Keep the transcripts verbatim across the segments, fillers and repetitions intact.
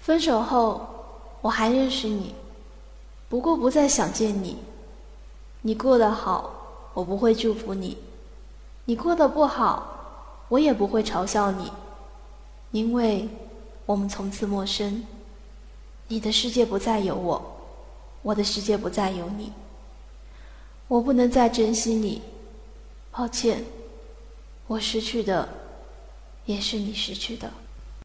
分手后，我还认识你，不过不再想见你。你过得好，我不会祝福你；你过得不好，我也不会嘲笑你，因为我们从此陌生。你的世界不再有我，我的世界不再有你。我不能再珍惜你，抱歉，我失去的也是你失去的。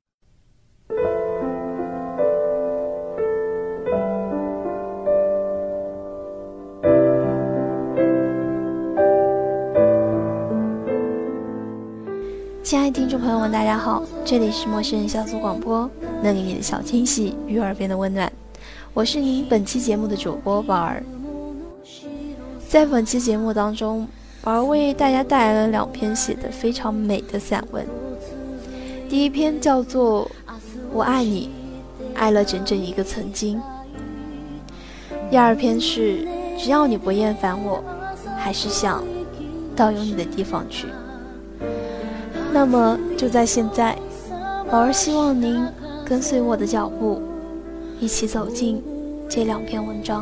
亲爱的听众朋友们，大家好，这里是陌生人小组广播，能给你的小惊喜与耳边的温暖，我是您本期节目的主播宝儿。在本期节目当中，宝儿为大家带来了两篇写得非常美的散文。第一篇叫做《我爱你，爱了整整一个曾经》。第二篇是只要你不厌烦我，还是想到有你的地方去。那么就在现在，宝儿希望您跟随我的脚步，一起走进这两篇文章。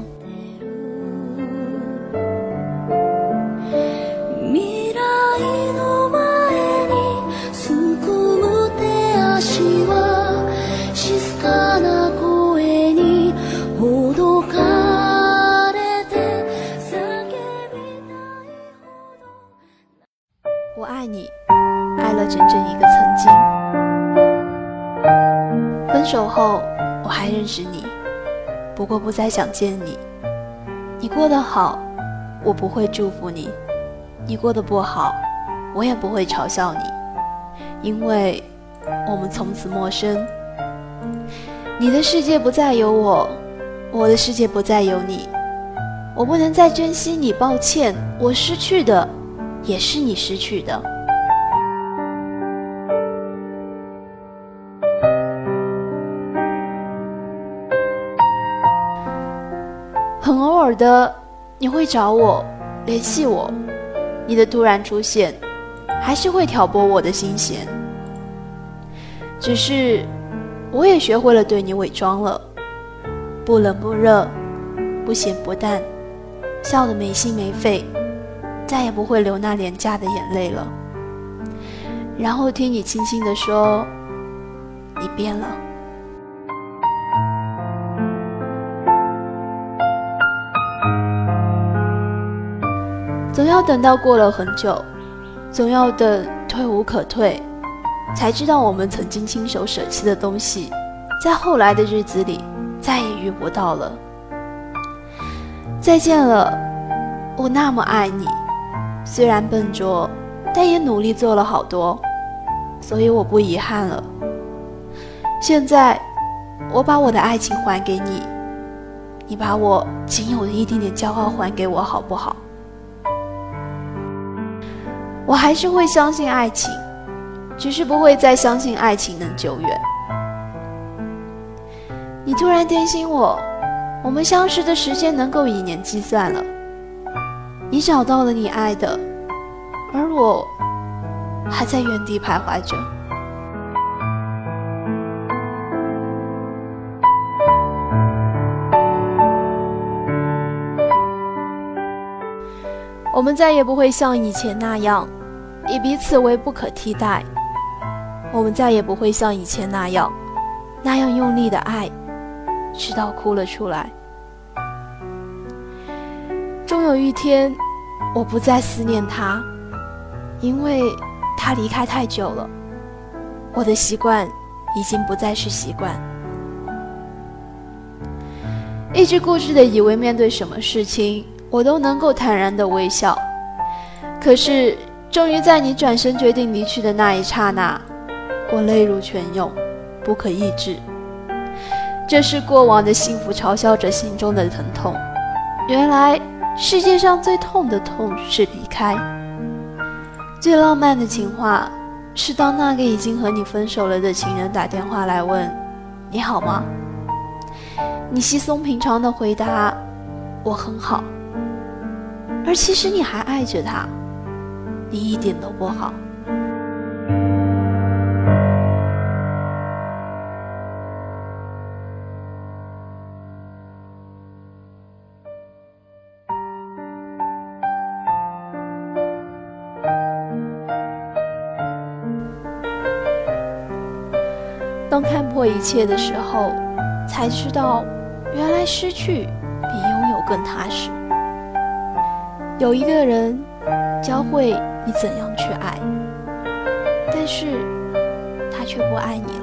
我爱你，爱了整整一个曾经。分手后，我还认识你，不过不再想见你。你过得好，我不会祝福你；你过得不好，我也不会嘲笑你，因为我们从此陌生。你的世界不再有我，我的世界不再有你。我不能再珍惜你，抱歉，我失去的也是你失去的。很偶尔的，你会找我，联系我，你的突然出现，还是会挑拨我的心弦。只是，我也学会了对你伪装了，不冷不热，不咸不淡，笑得没心没肺，再也不会流那廉价的眼泪了。然后听你轻轻地说，你变了。总要等到过了很久，总要等退无可退，才知道我们曾经亲手舍弃的东西，在后来的日子里再也遇不到了。再见了，我那么爱你，虽然笨拙，但也努力做了好多，所以我不遗憾了。现在，我把我的爱情还给你，你把我仅有的一点点骄傲还给我，好不好？我还是会相信爱情，只是不会再相信爱情能久远。你突然担心我，我们相识的时间能够以年计算了。你找到了你爱的，而我还在原地徘徊着。我们再也不会像以前那样，以彼此为不可替代。我们再也不会像以前那样，那样用力的爱，直到哭了出来。终有一天，我不再思念他，因为他离开太久了，我的习惯已经不再是习惯。一直固执地以为面对什么事情，我都能够坦然地微笑。可是，终于在你转身决定离去的那一刹那，我泪如泉涌，不可抑制。这是过往的幸福嘲笑着心中的疼痛。原来，世界上最痛的痛是离开。最浪漫的情话，是当那个已经和你分手了的情人打电话来问你好吗？你稀松平常地回答我很好，而其实你还爱着他，你一点都不好。 当看破一切的时候，才知道原来失去比拥有更踏实。有一个人教会你怎样去爱，但是他却不爱你了。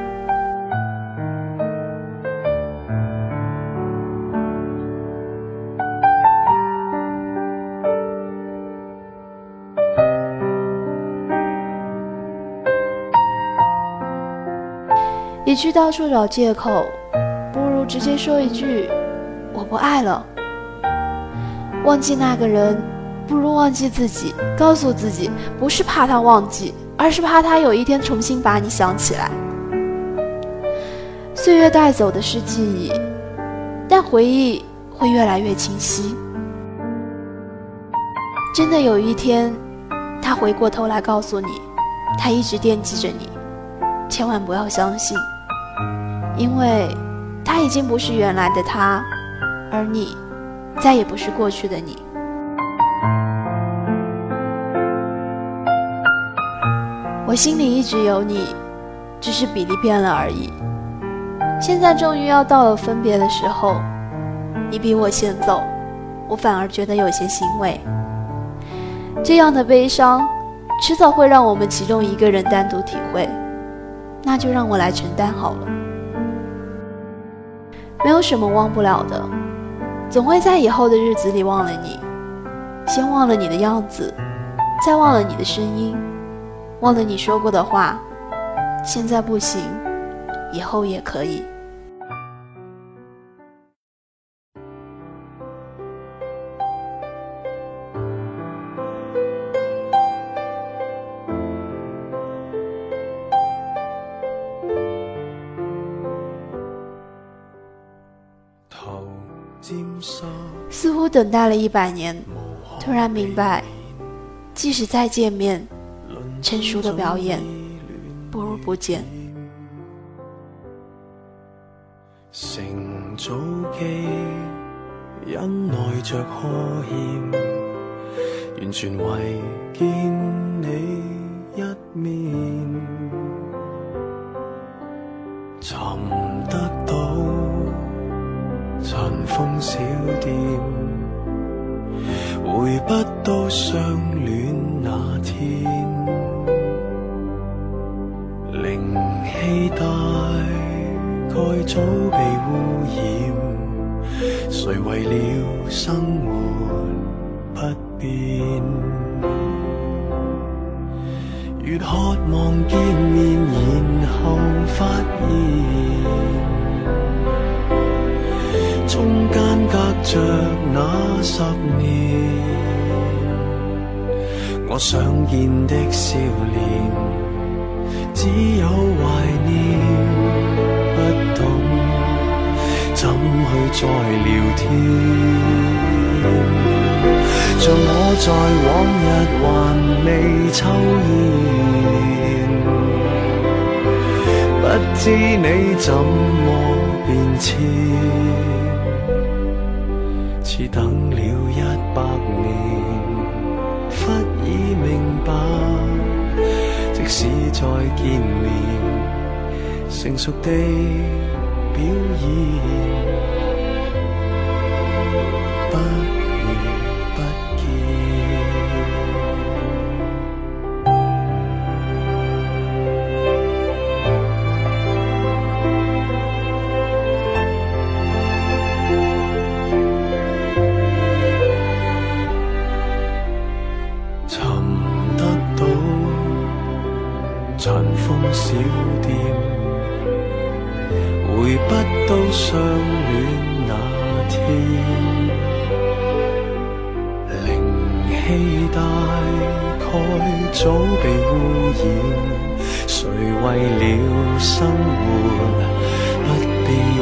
与其到处找借口，不如直接说一句我不爱了。忘记那个人，不如忘记自己。告诉自己，不是怕他忘记，而是怕他有一天重新把你想起来。岁月带走的是记忆，但回忆会越来越清晰。真的有一天，他回过头来告诉你，他一直惦记着你，千万不要相信，因为他已经不是原来的他，而你再也不是过去的你。我心里一直有你，只是比例变了而已。现在终于要到了分别的时候，你比我先走，我反而觉得有些欣慰。这样的悲伤迟早会让我们其中一个人单独体会，那就让我来承担好了。没有什么忘不了的，总会在以后的日子里忘了你。先忘了你的样子，再忘了你的声音，忘了你说过的话。现在不行，以后也可以。似乎等待了一百年，突然明白，即使再见面，成熟的表演不如不见。 承早記，忍耐着呵欠，完全為見你一面，尋得到塵封小店，回不到相戀那天，靈氣大概早被污染，誰為了生活不變，越渴望見面，然後發現中間隔着那十年，我想見的笑臉只有懷念，不懂怎去再聊天。像我在往日還未抽煙，不知你怎麼變遷，似等了一百年，忽已明白，即使再見面，成熟地表現，不如不見。塵封小店，回不到相戀那天，靈氣大概早被污染，誰為了生活不變，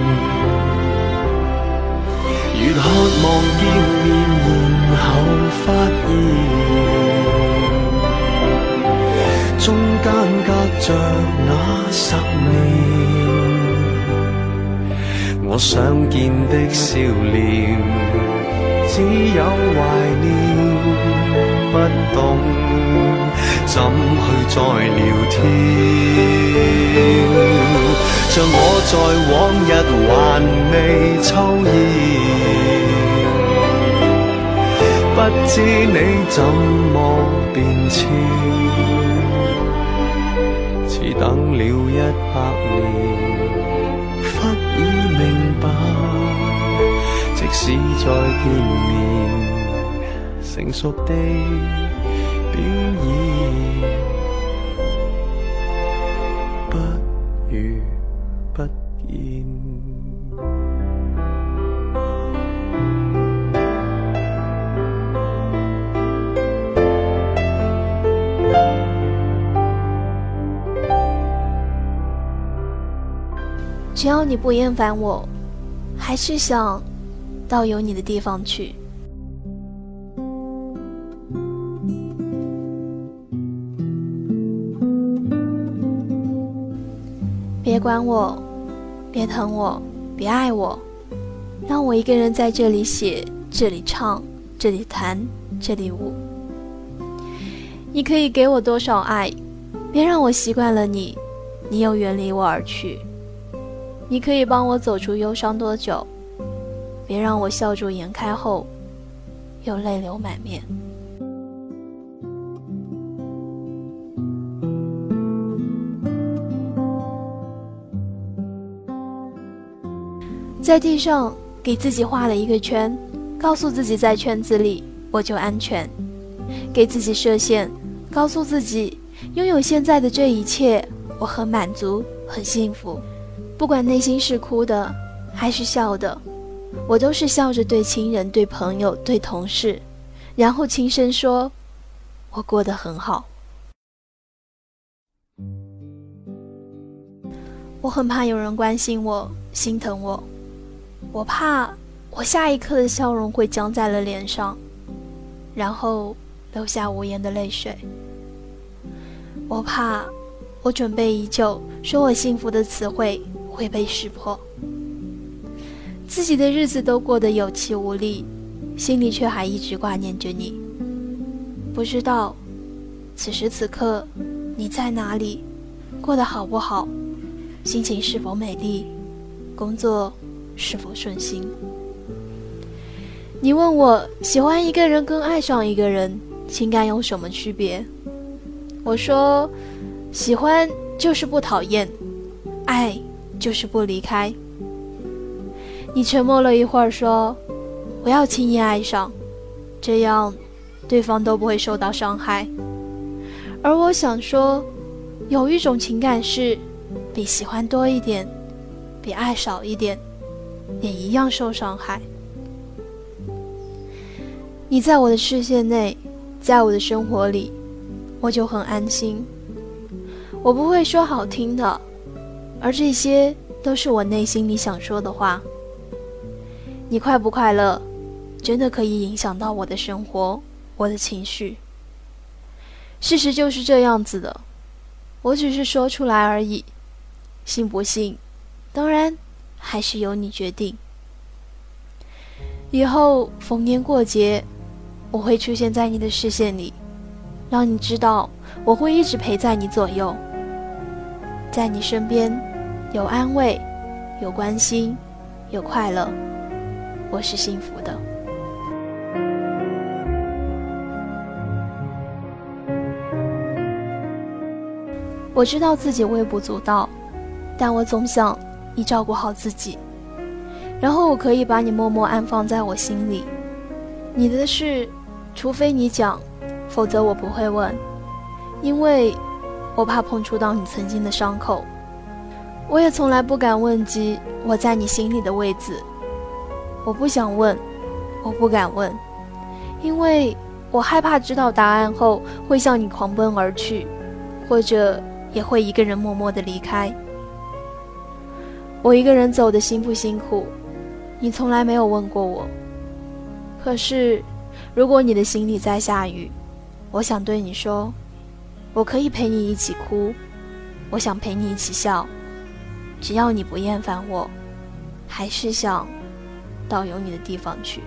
越渴望見面，然後發現中間隔着那十年，我想見的笑臉只有懷念，不懂怎去再聊天。 在往日還未抽煙，不知你怎麼變遷，似等了一百年，忽已明白，即使再見面，成熟地表演，不如不見。 只要你不厌烦我，还是想到有你的地方去。别管我，别疼我，别爱我，让我一个人在这里写，这里唱，这里弹，这里舞。你可以给我多少爱，别让我习惯了你，你又远离我而去。你可以帮我走出忧伤多久，别让我笑逐颜开后又泪流满面。在地上给自己画了一个圈，告诉自己在圈子里我就安全，给自己设限，告诉自己拥有现在的这一切我很满足很幸福。不管内心是哭的还是笑的，我都是笑着对亲人对朋友对同事，然后轻声说我过得很好。我很怕有人关心我心疼我，我怕我下一刻的笑容会僵在了脸上，然后流下无言的泪水。我怕我准备已久说我幸福的词汇会被识破，自己的日子都过得有气无力，心里却还一直挂念着你。不知道此时此刻你在哪里，过得好不好，心情是否美丽，工作是否顺心。你问我喜欢一个人跟爱上一个人情感有什么区别，我说喜欢就是不讨厌，爱就是不离开。你沉默了一会儿说不要轻易爱上，这样对方都不会受到伤害。而我想说有一种情感是比喜欢多一点比爱少一点也一样受伤害。你在我的视线内，在我的生活里，我就很安心。我不会说好听的，而这些都是我内心里想说的话。你快不快乐，真的可以影响到我的生活，我的情绪。事实就是这样子的，我只是说出来而已，信不信，当然还是由你决定。以后逢年过节，我会出现在你的视线里，让你知道我会一直陪在你左右，在你身边有安慰，有关心，有快乐，我是幸福的。我知道自己微不足道，但我总想你照顾好自己，然后我可以把你默默安放在我心里。你的事除非你讲，否则我不会问，因为我怕碰触到你曾经的伤口。我也从来不敢问及我在你心里的位置，我不想问，我不敢问，因为我害怕知道答案后会向你狂奔而去，或者也会一个人默默地离开。我一个人走的辛不辛苦，你从来没有问过我。可是如果你的心里在下雨，我想对你说，我可以陪你一起哭，我想陪你一起笑，只要你不厌烦我，还是想到有你的地方去。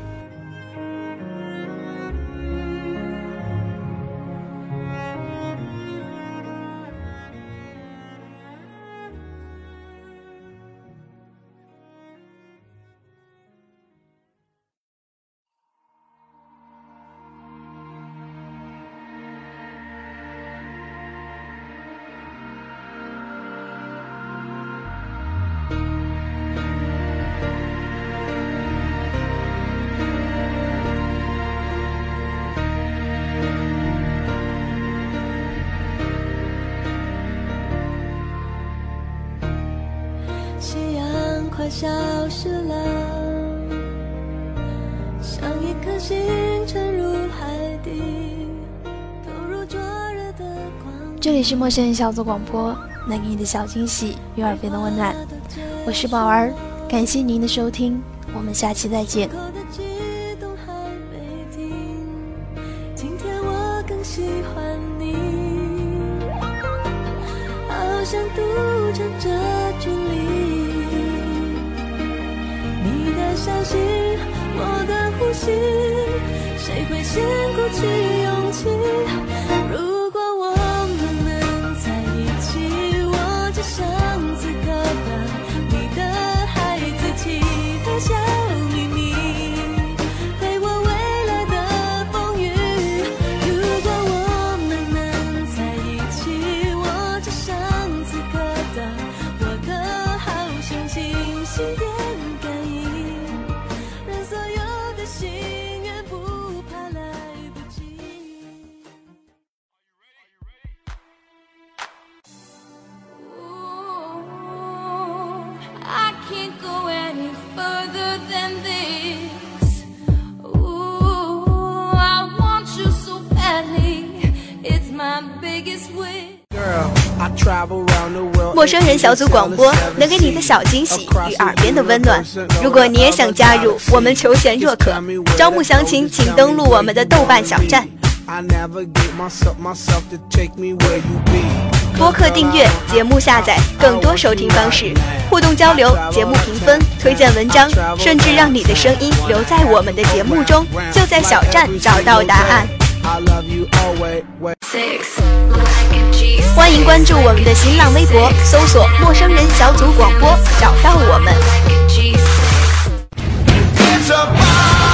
夕阳快消失了，像一颗星沉入海底，投入灼热的光。 这里是陌生人小组广播，能给你的小惊喜与耳边的温暖。我是宝儿，感谢您的收听，我们下期再见。 今天我更喜欢你，好像赌场这距离，你的消息，我的呼吸，谁会先鼓起勇气？如果我们能在一起，我只想此刻的你的孩子气的小秘密，陪我未来的风雨。如果我们能在一起，我只想此刻的我的好像星星点感应，让所有的心愿不怕来不及。I can't go any further than this. Ooh, I want you so badly. It's my biggest wish. 陌生人小组广播，能给你的小惊喜与耳边的温暖。如果你也想加入，我们求贤若渴，招募详情请登录我们的豆瓣小站。播客订阅、节目下载、更多收听方式、互动交流、节目评分、推荐文章，甚至让你的声音留在我们的节目中，就在小站找到答案。欢迎关注我们的新浪微博，搜索陌生人小组广播，找到我们。